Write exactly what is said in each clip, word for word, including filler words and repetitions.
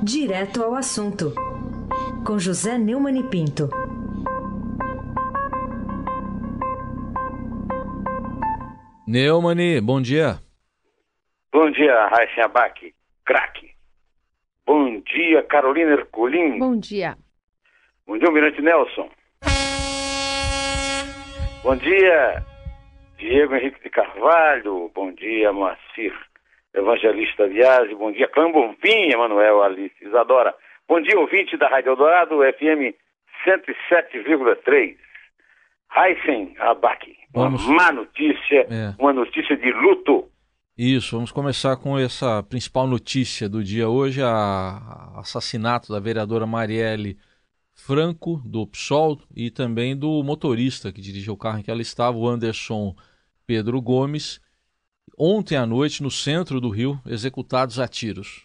Direto ao assunto, com José Neumann e Pinto. Neumann, bom dia. Bom dia, Raíssa Abac, craque. Bom dia, Carolina Ercolim. Bom dia. Bom dia, Almirante Nelson. Bom dia, Diego Henrique de Carvalho. Bom dia, Moacir Evangelista Viase. Bom dia, Clã Bonfim, Emanuel Alice Isadora. Bom dia, ouvinte da Rádio Eldorado, F M cento e sete vírgula três. Raíssen Abac, uma Vamos... má notícia, é. uma notícia de luto. Isso, vamos começar com essa principal notícia do dia hoje, a assassinato da vereadora Marielle Franco, do PSOL, e também do motorista que dirigiu o carro em que ela estava, o Anderson Pedro Gomes, ontem à noite no centro do Rio, executados a tiros.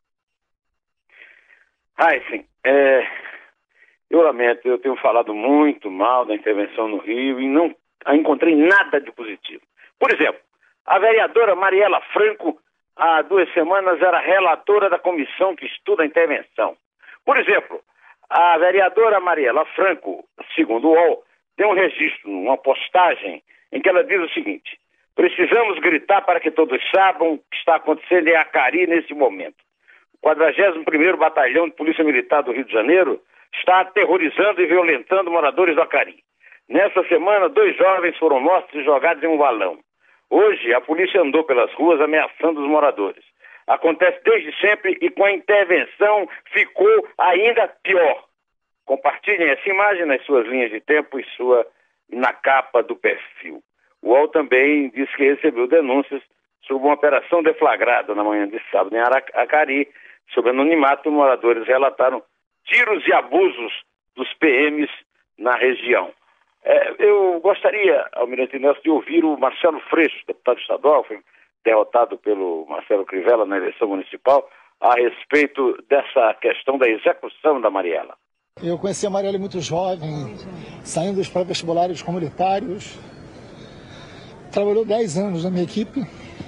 Raíssen, é, eu lamento, eu tenho falado muito mal da intervenção no Rio e não encontrei nada de positivo. Por exemplo, a vereadora Mariela Franco, há duas semanas, era relatora da comissão que estuda a intervenção. Por exemplo, a vereadora Mariela Franco, segundo o U O L, tem um registro, uma postagem, em que ela diz o seguinte: precisamos gritar para que todos saibam o que está acontecendo em Acari nesse momento. O quadragésimo primeiro Batalhão de Polícia Militar do Rio de Janeiro está aterrorizando e violentando moradores do Acari. Nessa semana, dois jovens foram mortos e jogados em um valão. Hoje, a polícia andou pelas ruas ameaçando os moradores. Acontece desde sempre e com a intervenção ficou ainda pior. Compartilhem essa imagem nas suas linhas de tempo e sua, na capa do perfil. O U O L também disse que recebeu denúncias sobre uma operação deflagrada na manhã de sábado em Acari. Sob anonimato, moradores relataram tiros e abusos dos P Ms na região. É, eu gostaria, Almirante Nelson, de ouvir o Marcelo Freixo, deputado estadual, foi derrotado pelo Marcelo Crivella na eleição municipal, a respeito dessa questão da execução da Mariela. Eu conheci a Mariela muito jovem, saindo dos pré-vestibulares comunitários. Trabalhou dez anos na minha equipe.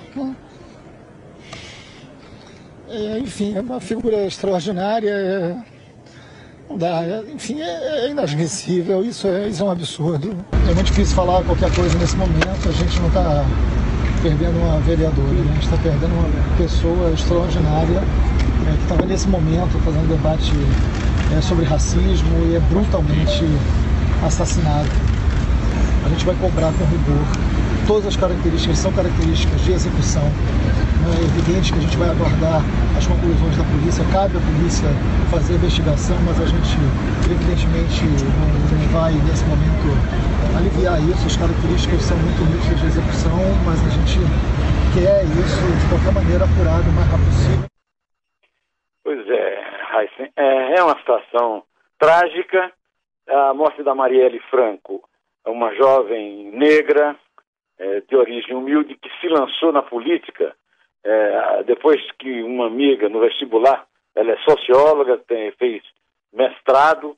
É, enfim, é uma figura extraordinária. É... Não dá, enfim, é, é inadmissível, isso é, isso é um absurdo. É muito difícil falar qualquer coisa nesse momento, a gente não está perdendo uma vereadora, a gente está perdendo uma pessoa extraordinária é, que estava nesse momento fazendo debate é, sobre racismo e é brutalmente assassinada. A gente vai cobrar com rigor. Todas as características são características de execução. É evidente que a gente vai aguardar as conclusões da polícia, cabe à polícia fazer a investigação, mas a gente evidentemente não, não vai nesse momento aliviar isso. As características são muito nítidas de execução, mas a gente quer isso de qualquer maneira apurado o mais rápido possível. Pois é, Raíssen, é, é uma situação trágica. A morte da Marielle Franco, uma jovem negra, é, de origem humilde, que se lançou na política É, depois que uma amiga no vestibular, ela é socióloga, tem, fez mestrado,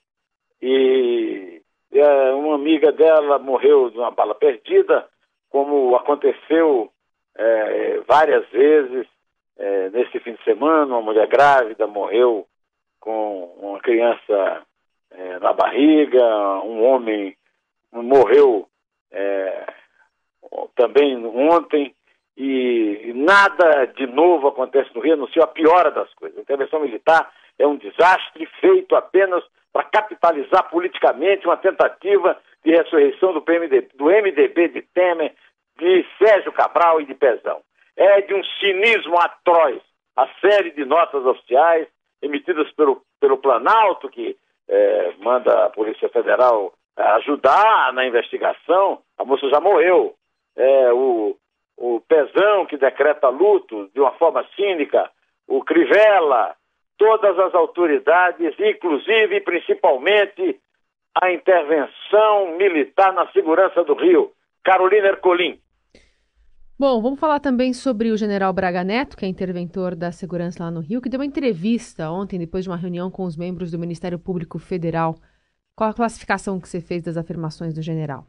e é, uma amiga dela morreu de uma bala perdida, como aconteceu é, várias vezes é, nesse fim de semana. Uma mulher grávida morreu com uma criança é, na barriga, um homem morreu é, também ontem. E nada de novo acontece no Rio, a não ser a piora das coisas. A intervenção militar é um desastre feito apenas para capitalizar politicamente uma tentativa de ressurreição do, P M D, do M D B de Temer, de Sérgio Cabral e de Pezão. É de um cinismo atroz a série de notas oficiais emitidas pelo, pelo Planalto, que é, manda a Polícia Federal ajudar na investigação. A moça já morreu. É, o o Pezão, que decreta luto de uma forma cínica, o Crivella, todas as autoridades, inclusive e principalmente a intervenção militar na segurança do Rio. Carolina Ercolim. Bom, vamos falar também sobre o general Braga Neto, que é interventor da segurança lá no Rio, que deu uma entrevista ontem, depois de uma reunião com os membros do Ministério Público Federal. Qual a classificação que você fez das afirmações do general?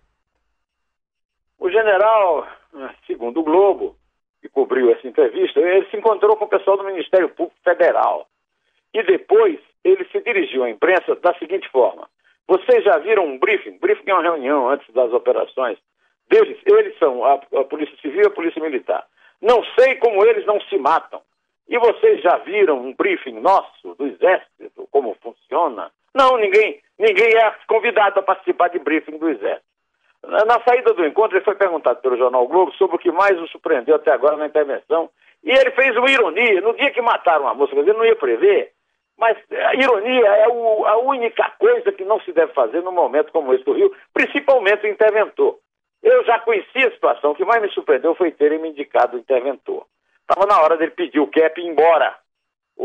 O general, segundo o Globo, que cobriu essa entrevista, ele se encontrou com o pessoal do Ministério Público Federal. E depois ele se dirigiu à imprensa da seguinte forma: vocês já viram um briefing? Briefing é uma reunião antes das operações deles. Eles são a, a Polícia Civil e a Polícia Militar. Não sei como eles não se matam. E vocês já viram um briefing nosso, do Exército, como funciona? Não, ninguém, ninguém é convidado a participar de briefing do Exército. Na, na saída do encontro, ele foi perguntado pelo Jornal Globo sobre o que mais o surpreendeu até agora na intervenção. E ele fez uma ironia. No dia que mataram a moça, ele não ia prever, mas a ironia é o, a única coisa que não se deve fazer num momento como esse do Rio, principalmente o interventor. Eu já conheci a situação. O que mais me surpreendeu foi terem me indicado o interventor. Estava na hora dele pedir o cap e ir embora. O,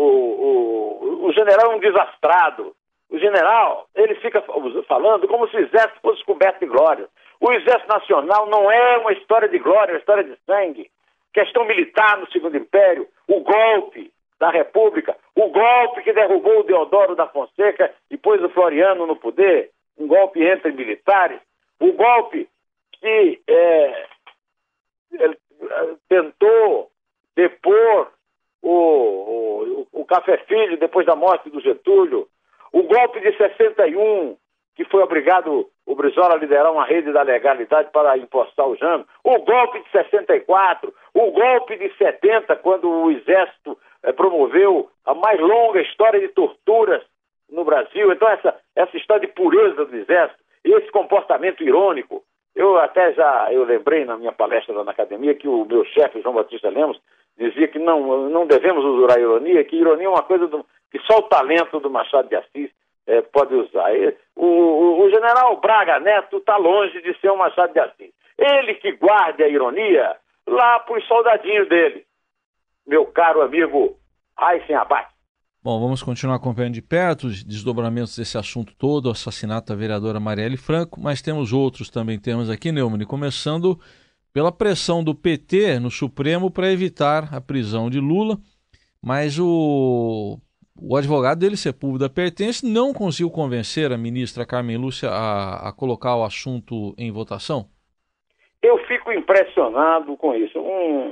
o, o general é um desastrado. O general, ele fica falando como se o exército fosse coberto de glória. O exército nacional não é uma história de glória, é uma história de sangue. Questão militar no Segundo Império, o golpe da República, o golpe que derrubou o Deodoro da Fonseca e pôs o Floriano no poder, um golpe entre militares, o golpe que é, ele, tentou depor o, o, o Café Filho depois da morte do Getúlio, o golpe de sessenta e um, que foi obrigado o Brizola a liderar uma rede da legalidade para impostar o Jano, o golpe de sessenta e quatro, o golpe de setenta, quando o Exército eh, promoveu a mais longa história de torturas no Brasil. Então essa, essa história de pureza do Exército, esse comportamento irônico, eu até já eu lembrei na minha palestra lá na academia que o meu chefe, João Batista Lemos, dizia que não, não devemos usar a ironia, que ironia é uma coisa do, que só o talento do Machado de Assis é, pode usar. O, o, o general Braga Neto está longe de ser um Machado de Assis. Ele que guarde a ironia lá para os soldadinhos dele. Meu caro amigo Raíssen Abac. Bom, vamos continuar acompanhando de perto os desdobramentos desse assunto todo, o assassinato da vereadora Marielle Franco, mas temos outros também temas aqui, Neumann, começando pela pressão do P T no Supremo para evitar a prisão de Lula, mas o, o advogado dele, Sepúlveda Pertence, não conseguiu convencer a ministra Carmen Lúcia a, a colocar o assunto em votação? Eu fico impressionado com isso. Um,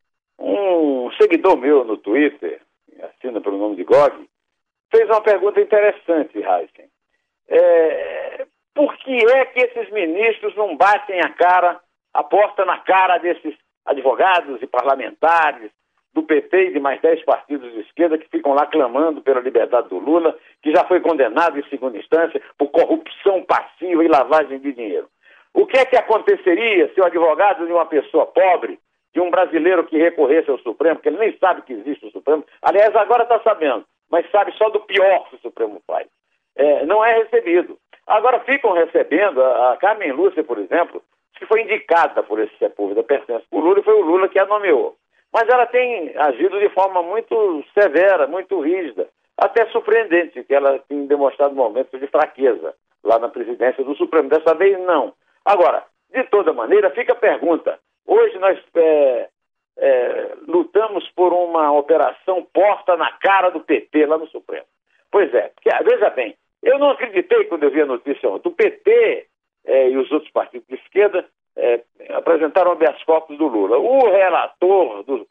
um seguidor meu no Twitter, assina pelo nome de Gog, fez uma pergunta interessante, Raíssen. É, por que é que esses ministros não batem a cara, a porta na cara desses advogados e parlamentares do P T e de mais dez partidos de esquerda que ficam lá clamando pela liberdade do Lula, que já foi condenado em segunda instância por corrupção passiva e lavagem de dinheiro? O que é que aconteceria se o advogado de uma pessoa pobre, de um brasileiro que recorresse ao Supremo, porque ele nem sabe que existe o Supremo, aliás, agora está sabendo, mas sabe só do pior que o Supremo faz, é, não é recebido. Agora ficam recebendo, a, a Carmen Lúcia, por exemplo, que foi indicada por esse Sepúlveda Pertence por Lula, e foi o Lula que a nomeou. Mas ela tem agido de forma muito severa, muito rígida, até surpreendente, que ela tem demonstrado momentos de fraqueza lá na presidência do Supremo. Dessa vez, não. Agora, de toda maneira, fica a pergunta. Hoje nós é, é, lutamos por uma operação porta na cara do P T lá no Supremo. Pois é, porque, veja bem, eu não acreditei quando eu vi a notícia ontem. O P T é, e os outros partidos de esquerda é, apresentaram habeas corpus do Lula. O relator do,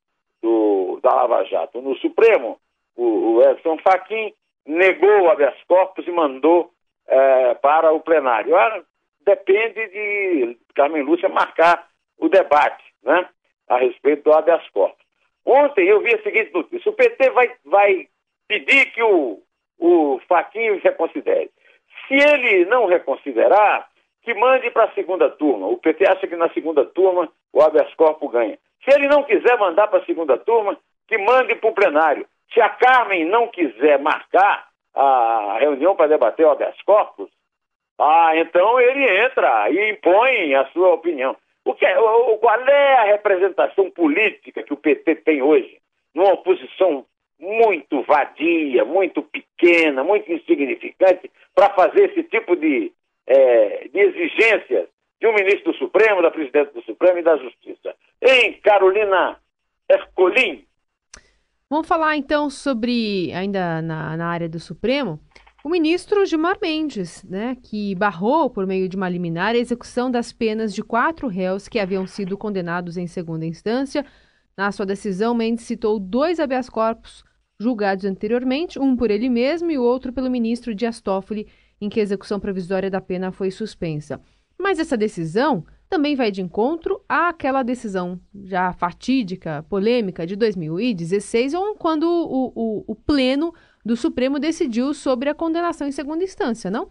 do, da Lava Jato no Supremo, o, o Edson Fachin, negou o habeas corpus e mandou é, para o plenário. Ah, depende de Carmen Lúcia marcar o debate, né, a respeito do habeas corpus. Ontem eu vi a seguinte notícia: o P T vai, vai pedir que o, o Fachin reconsidere. Se ele não reconsiderar, que mande para a segunda turma. O P T acha que na segunda turma o habeas corpus ganha. Se ele não quiser mandar para a segunda turma, que mande para o plenário. Se a Carmen não quiser marcar a reunião para debater o habeas corpus, ah, então ele entra e impõe a sua opinião. O que é, o, qual é a representação política que o P T tem hoje? Numa oposição muito vadia, muito pequena, muito insignificante, para fazer esse tipo de, é, de exigências de um ministro do Supremo, da presidente do Supremo e da Justiça. Em Carolina Ercolim. Vamos falar então sobre, ainda na, na área do Supremo, o ministro Gilmar Mendes, né, que barrou, por meio de uma liminar, a execução das penas de quatro réus que haviam sido condenados em segunda instância. Na sua decisão, Mendes citou dois habeas corpus julgados anteriormente, um por ele mesmo e o outro pelo ministro Dias Toffoli, em que a execução provisória da pena foi suspensa. Mas essa decisão também vai de encontro àquela decisão já fatídica, polêmica, de dois mil e dezesseis, quando o, o, o Pleno do Supremo decidiu sobre a condenação em segunda instância, não?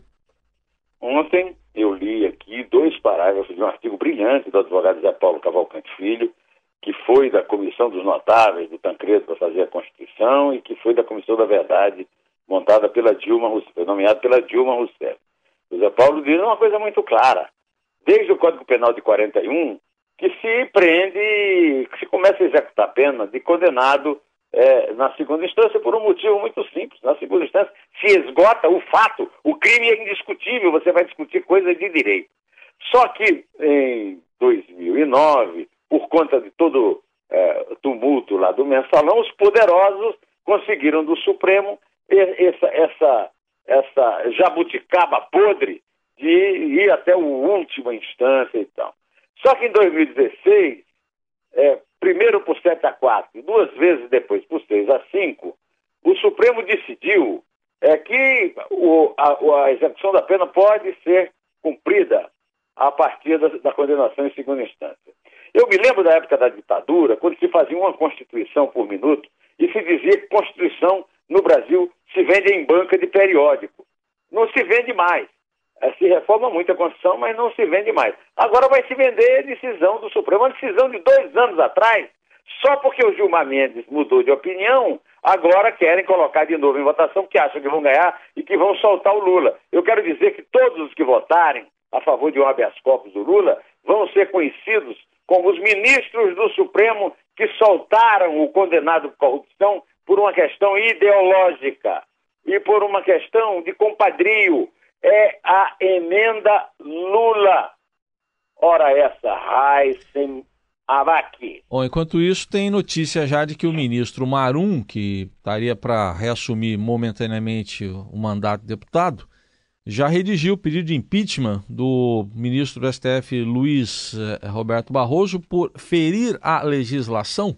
Ontem eu li aqui dois parágrafos de um artigo brilhante do advogado Zé Paulo Cavalcante Filho, que foi da Comissão dos Notáveis do Tancredo para fazer a Constituição e que foi da Comissão da Verdade montada pela Dilma Rousseff, nomeado pela Dilma Rousseff. O Zé Paulo diz uma coisa muito clara. Desde o Código Penal de quarenta e um, que se prende, que se começa a executar a pena de condenado é, na segunda instância por um motivo muito simples. Na segunda instância se esgota o fato, o crime é indiscutível, você vai discutir coisas de direito. Só que em dois mil e nove, por conta de todo é, tumulto lá do mensalão, os poderosos conseguiram do Supremo essa, essa, essa jabuticaba podre de ir até a última instância e tal. Só que em dois mil e dezesseis, é, primeiro por sete a quatro e duas vezes depois por seis a cinco, o Supremo decidiu é, que o, a, a execução da pena pode ser cumprida a partir da, da condenação em segunda instância. Eu me lembro da época da ditadura, quando se fazia uma Constituição por minuto e se dizia que Constituição no Brasil se vende em banca de periódico. Não se vende mais. Se reforma muito a Constituição, mas não se vende mais. Agora vai se vender a decisão do Supremo, uma decisão de dois anos atrás, só porque o Gilmar Mendes mudou de opinião, agora querem colocar de novo em votação, porque acham que vão ganhar e que vão soltar o Lula. Eu quero dizer que todos os que votarem a favor de um habeas corpus do Lula vão ser conhecidos como os ministros do Supremo que soltaram o condenado por corrupção por uma questão ideológica e por uma questão de compadrio. É a emenda Lula. Ora essa, Raíssen Abac. Bom, enquanto isso, tem notícia já de que o ministro Marum, que estaria para reassumir momentaneamente o mandato de deputado, já redigiu o pedido de impeachment do ministro do S T F, Luiz eh, Roberto Barroso, por ferir a legislação?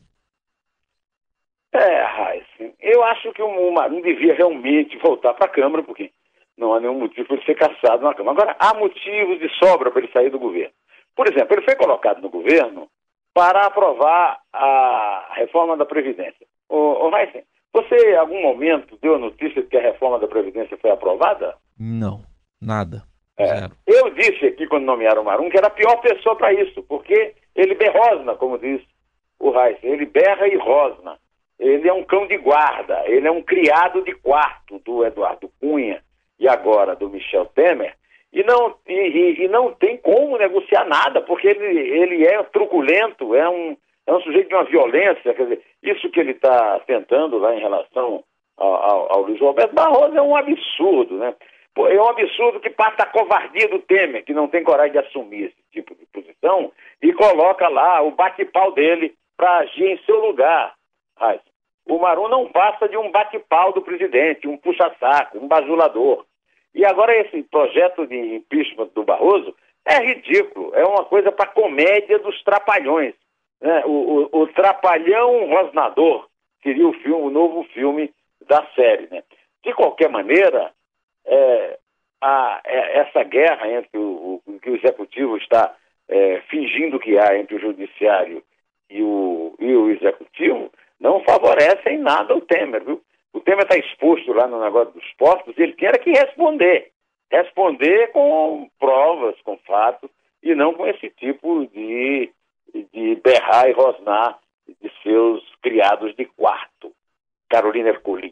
É, Raíssen, eu acho que o Marum devia realmente voltar para a Câmara, porque não há nenhum motivo para ele ser cassado na Câmara. Agora, há motivos de sobra para ele sair do governo. Por exemplo, ele foi colocado no governo para aprovar a reforma da Previdência. Ô, ô Raíssen, você, em algum momento, deu a notícia de que a reforma da Previdência foi aprovada? Não, nada. É. Eu disse aqui, quando nomearam o Marum, que era a pior pessoa para isso, porque ele berrosna, como diz o Raíssen, ele berra e rosna. Ele é um cão de guarda, ele é um criado de quarto do Eduardo Cunha e agora do Michel Temer, e não, e, e, e não tem como negociar nada, porque ele, ele é truculento, é um, é um sujeito de uma violência. Quer dizer, isso que ele está tentando lá em relação ao, ao, ao Luiz Roberto Barroso é um absurdo, né? É um absurdo que parte da covardia do Temer, que não tem coragem de assumir esse tipo de posição, e coloca lá o bate-pau dele para agir em seu lugar. Mas o Marum não passa de um bate-pau do presidente, um puxa-saco, um bajulador. E agora esse projeto de impeachment do Barroso é ridículo, é uma coisa para comédia dos trapalhões, né? O, o, o Trapalhão Rosnador seria o, filme, o novo filme da série, né? De qualquer maneira, é, a, é, essa guerra entre o, o que o Executivo está é, fingindo que há entre o Judiciário e o, e o Executivo não favorece em nada o Temer, viu? O Temer está exposto lá no negócio dos postos e ele tinha que responder. Responder com provas, com fatos, e não com esse tipo de, de berrar e rosnar de seus criados de quarto. Carolina Ercolim.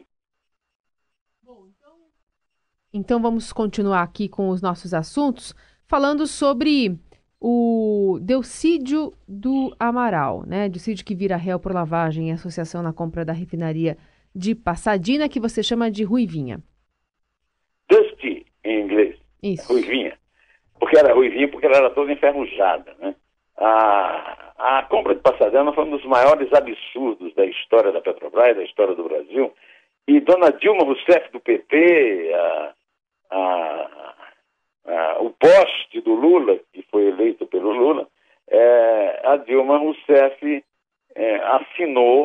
Então vamos continuar aqui com os nossos assuntos, falando sobre o Delcídio do Amaral, né? Delcídio que vira réu por lavagem em associação na compra da refinaria de Passadina, que você chama de Ruivinha. Dusty, em inglês. Isso. Ruivinha. Porque era Ruivinha, porque ela era toda enferrujada, né? A, a compra de Passadina foi um dos maiores absurdos da história da Petrobras, da história do Brasil. E dona Dilma Rousseff do P T, a, a, a, o poste do Lula, que foi eleito pelo Lula, é, a Dilma Rousseff é, assinou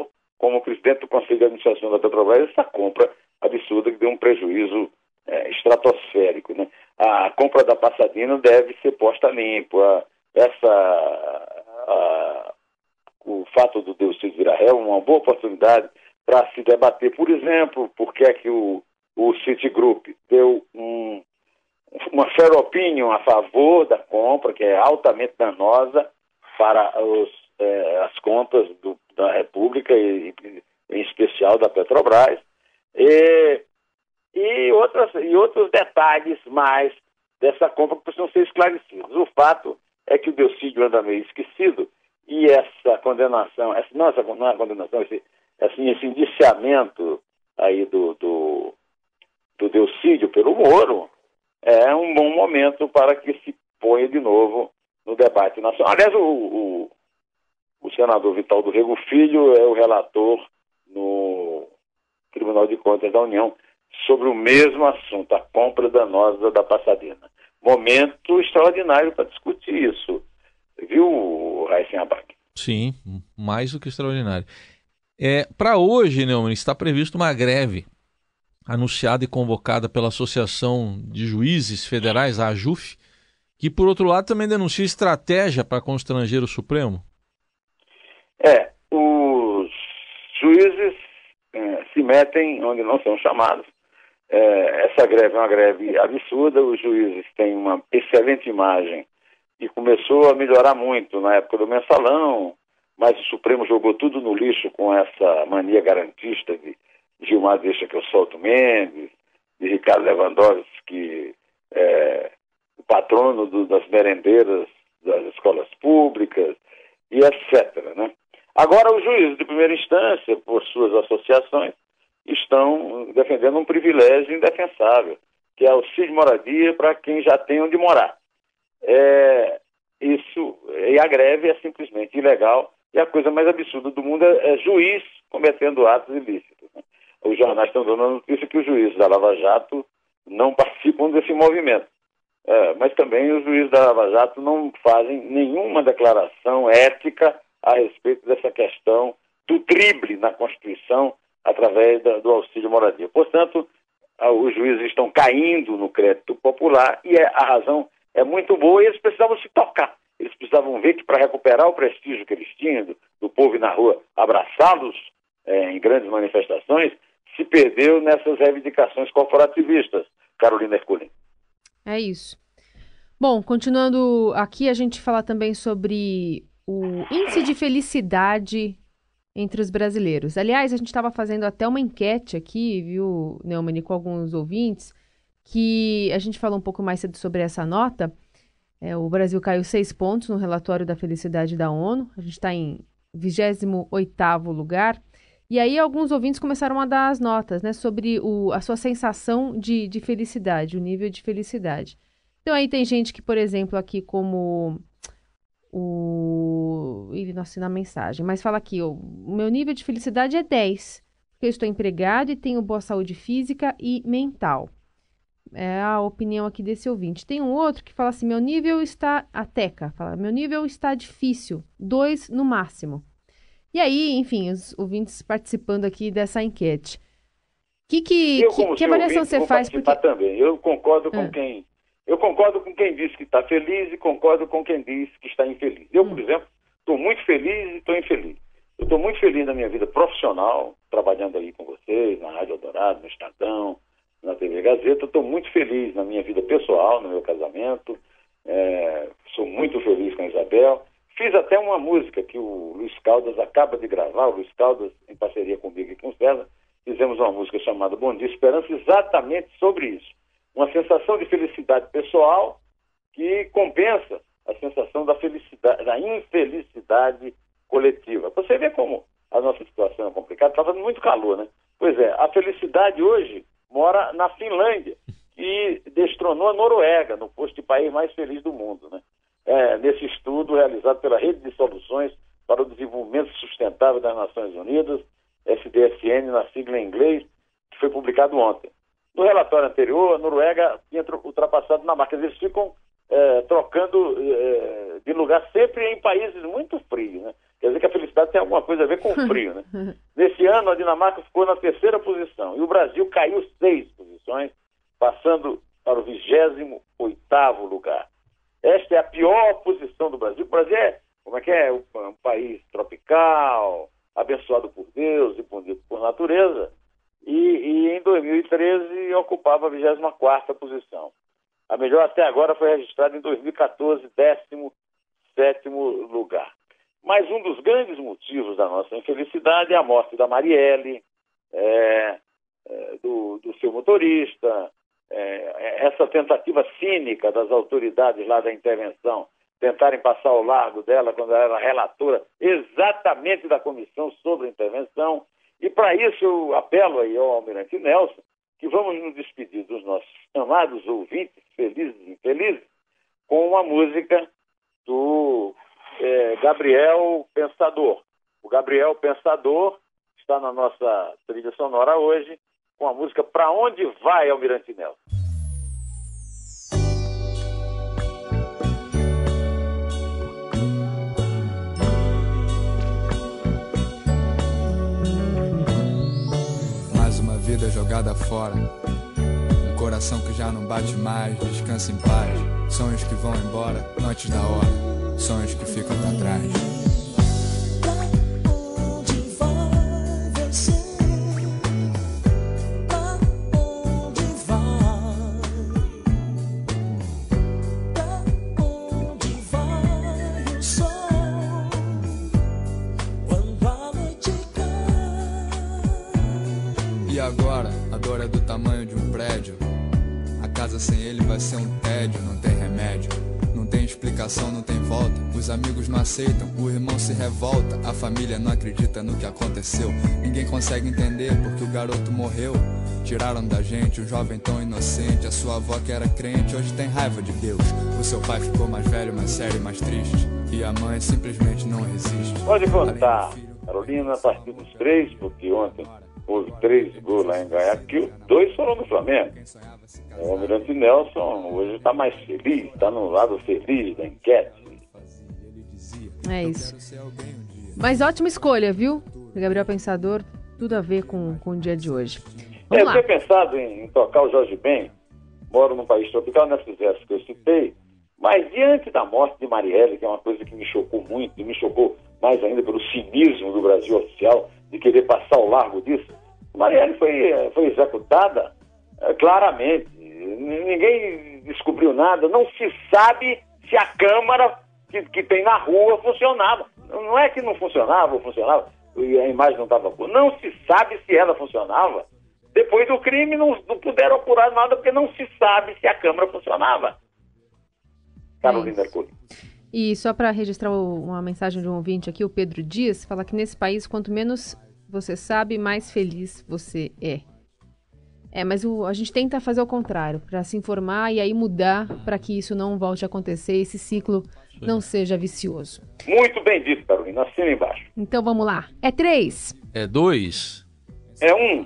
como presidente do Conselho de Administração da Petrobras, essa compra absurda que deu um prejuízo é, estratosférico, né? A compra da Passadina deve ser posta limpo. A, essa, a, o fato do Delcídio virar réu é uma boa oportunidade para se debater, por exemplo, por que é que o, o Citigroup deu um, uma fair opinion a favor da compra, que é altamente danosa para os, é, as contas do, da República e, em especial da Petrobras, e, e, outras, e outros detalhes mais dessa compra que precisam ser esclarecidos. O fato é que o Delcídio anda meio esquecido e essa condenação, essa, não, essa, não é condenação, esse, assim, esse indiciamento aí do, do, do Delcídio pelo Moro é um bom momento para que se ponha de novo no debate nacional. Aliás, o, o, o senador Vital do Rego Filho é o relator no Tribunal de Contas da União sobre o mesmo assunto, a compra danosa da Passadina. Momento extraordinário para discutir isso. Viu, Raíssen Abac? Sim, mais do que extraordinário. É, para hoje, Neumann, está previsto uma greve anunciada e convocada pela Associação de Juízes Federais, a AJUF, que, por outro lado, também denuncia estratégia para constranger o Supremo. É, os juízes é, se metem onde não são chamados. É, essa greve é uma greve absurda, os juízes têm uma excelente imagem e começou a melhorar muito na época do mensalão, mas o Supremo jogou tudo no lixo com essa mania garantista de Gilmar deixa que eu solto Mendes, de Ricardo Lewandowski, é, o patrono do, das merendeiras das escolas públicas, e etcétera, né? Agora, os juízes de primeira instância, por suas associações, estão defendendo um privilégio indefensável, que é auxílio moradia para quem já tem onde morar. É, isso, e a greve é simplesmente ilegal, e a coisa mais absurda do mundo é, é juiz cometendo atos ilícitos, né? Os jornais estão dando a notícia que os juízes da Lava Jato não participam desse movimento. É, mas também os juízes da Lava Jato não fazem nenhuma declaração ética a respeito dessa questão do drible na Constituição através da, do auxílio moradia. Portanto, os juízes estão caindo no crédito popular e é, a razão é muito boa e eles precisavam se tocar. Eles precisavam ver que para recuperar o prestígio que eles tinham, do, do povo ir na rua abraçá-los é, em grandes manifestações, se perdeu nessas reivindicações corporativistas, Carolina Ercolim. É isso. Bom, continuando aqui, a gente fala também sobre o índice de felicidade entre os brasileiros. Aliás, a gente estava fazendo até uma enquete aqui, viu, Neumann, com alguns ouvintes, que a gente falou um pouco mais cedo sobre essa nota. É, o Brasil caiu seis pontos no relatório da felicidade da ONU. A gente está em vigésimo oitavo lugar. E aí alguns ouvintes começaram a dar as notas, né, sobre o, a sua sensação de, de felicidade, o nível de felicidade. Então aí tem gente que, por exemplo, aqui como o... ele não assina a mensagem, mas fala aqui, o meu nível de felicidade é dez, porque eu estou empregado e tenho boa saúde física e mental. É a opinião aqui desse ouvinte. Tem um outro que fala assim, meu nível está... A Teca fala, meu nível está difícil, dois no máximo. E aí, enfim, os ouvintes participando aqui dessa enquete. Que, que, eu, que, que avaliação ouvinte, você vou faz? Porque... também. Eu concordo com ah. quem... Eu concordo com quem diz que está feliz e concordo com quem diz que está infeliz. Eu, por hum. exemplo, estou muito feliz e estou infeliz. Eu estou muito feliz na minha vida profissional, trabalhando aí com vocês, na Rádio Eldorado, no Estadão, na T V Gazeta. Estou muito feliz na minha vida pessoal, no meu casamento. É, sou muito feliz com a Isabel. Fiz até uma música que o Luiz Caldas acaba de gravar, o Luiz Caldas, em parceria comigo e com o César, fizemos uma música chamada Bom Dia Esperança, exatamente sobre isso. Uma sensação de felicidade pessoal que compensa a sensação da felicidade, da infelicidade coletiva. Você vê como a nossa situação é complicada, está fazendo muito calor, né? Pois é, a felicidade hoje mora na Finlândia e destronou a Noruega no posto de país mais feliz do mundo, né? É, nesse estudo realizado pela Rede de Soluções para o Desenvolvimento Sustentável das Nações Unidas, S D S N, na sigla em inglês, que foi publicado ontem. No relatório anterior, a Noruega tinha ultrapassado a Dinamarca. Eles ficam é, trocando é, de lugar sempre em países muito frios, né? Quer dizer que a felicidade tem alguma coisa a ver com o frio, né? Nesse ano, a Dinamarca ficou na terceira posição e o Brasil caiu seis posições, passando para o vigésimo oitavo lugar. Esta é a pior posição do Brasil. O Brasil é, como é que é? Um, um país tropical, abençoado por Deus e bonito por natureza. E, e em dois mil e treze ocupava a vigésima quarta posição. A melhor até agora foi registrada em dois mil e quatorze, décimo sétimo lugar. Mas um dos grandes motivos da nossa infelicidade é a morte da Marielle, é, é, do, do seu motorista, é, essa tentativa cínica das autoridades lá da intervenção, tentarem passar ao largo dela quando ela era relatora exatamente da comissão sobre a intervenção. E para isso eu apelo aí ao Almirante Nelson que vamos nos despedir dos nossos amados ouvintes, felizes e infelizes, com uma música do é, Gabriel Pensador. O Gabriel Pensador está na nossa trilha sonora hoje com a música Pra Onde Vai, Almirante Nelson? Mais uma vida jogada fora, um coração que já não bate mais, descansa em paz, sonhos que vão embora, noites da hora, sonhos que ficam pra trás. E agora, a dor é do tamanho de um prédio. A casa sem ele vai ser um tédio, não tem remédio. Não tem explicação, não tem volta. Os amigos não aceitam, o irmão se revolta. A família não acredita no que aconteceu. Ninguém consegue entender porque o garoto morreu. Tiraram da gente um jovem tão inocente. A sua avó que era crente hoje tem raiva de Deus. O seu pai ficou mais velho, mais sério e mais triste. E a mãe simplesmente não resiste. Pode contar, Carolina, a partir dos três, porque ontem houve três gols lá em Guayaquil, dois foram do Flamengo. O Almirante Nelson hoje está mais feliz, está no lado feliz da enquete. É isso. Mas ótima escolha, viu? Gabriel Pensador, tudo a ver com, com o dia de hoje. É, Vamos eu lá. tinha pensado em, em tocar o Jorge Ben, moro num país tropical, nessas versos que eu citei, mas diante da morte de Marielle, que é uma coisa que me chocou muito, e me chocou mais ainda pelo cinismo do Brasil oficial, de querer passar ao largo disso, Marielle foi, foi executada é, claramente. Ninguém descobriu nada, não se sabe se a câmara que, que tem na rua funcionava. Não é que não funcionava ou funcionava, e a imagem não estava boa. Não se sabe se ela funcionava. Depois do crime não, não puderam apurar nada porque não se sabe se a câmara funcionava. Carolina Couto. E só para registrar uma mensagem de um ouvinte aqui, o Pedro Dias, fala que nesse país, quanto menos você sabe, mais feliz você é. É, mas o, a gente tenta fazer o contrário, para se informar e aí mudar para que isso não volte a acontecer, esse ciclo não seja vicioso. Muito bem dito, Carolina. Assina embaixo. Então vamos lá. É três. É dois. É um.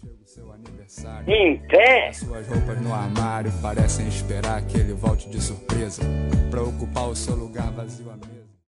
Em pé. As suas roupas no armário parecem esperar que ele volte de surpresa pra ocupar o seu lugar vazio à mesa.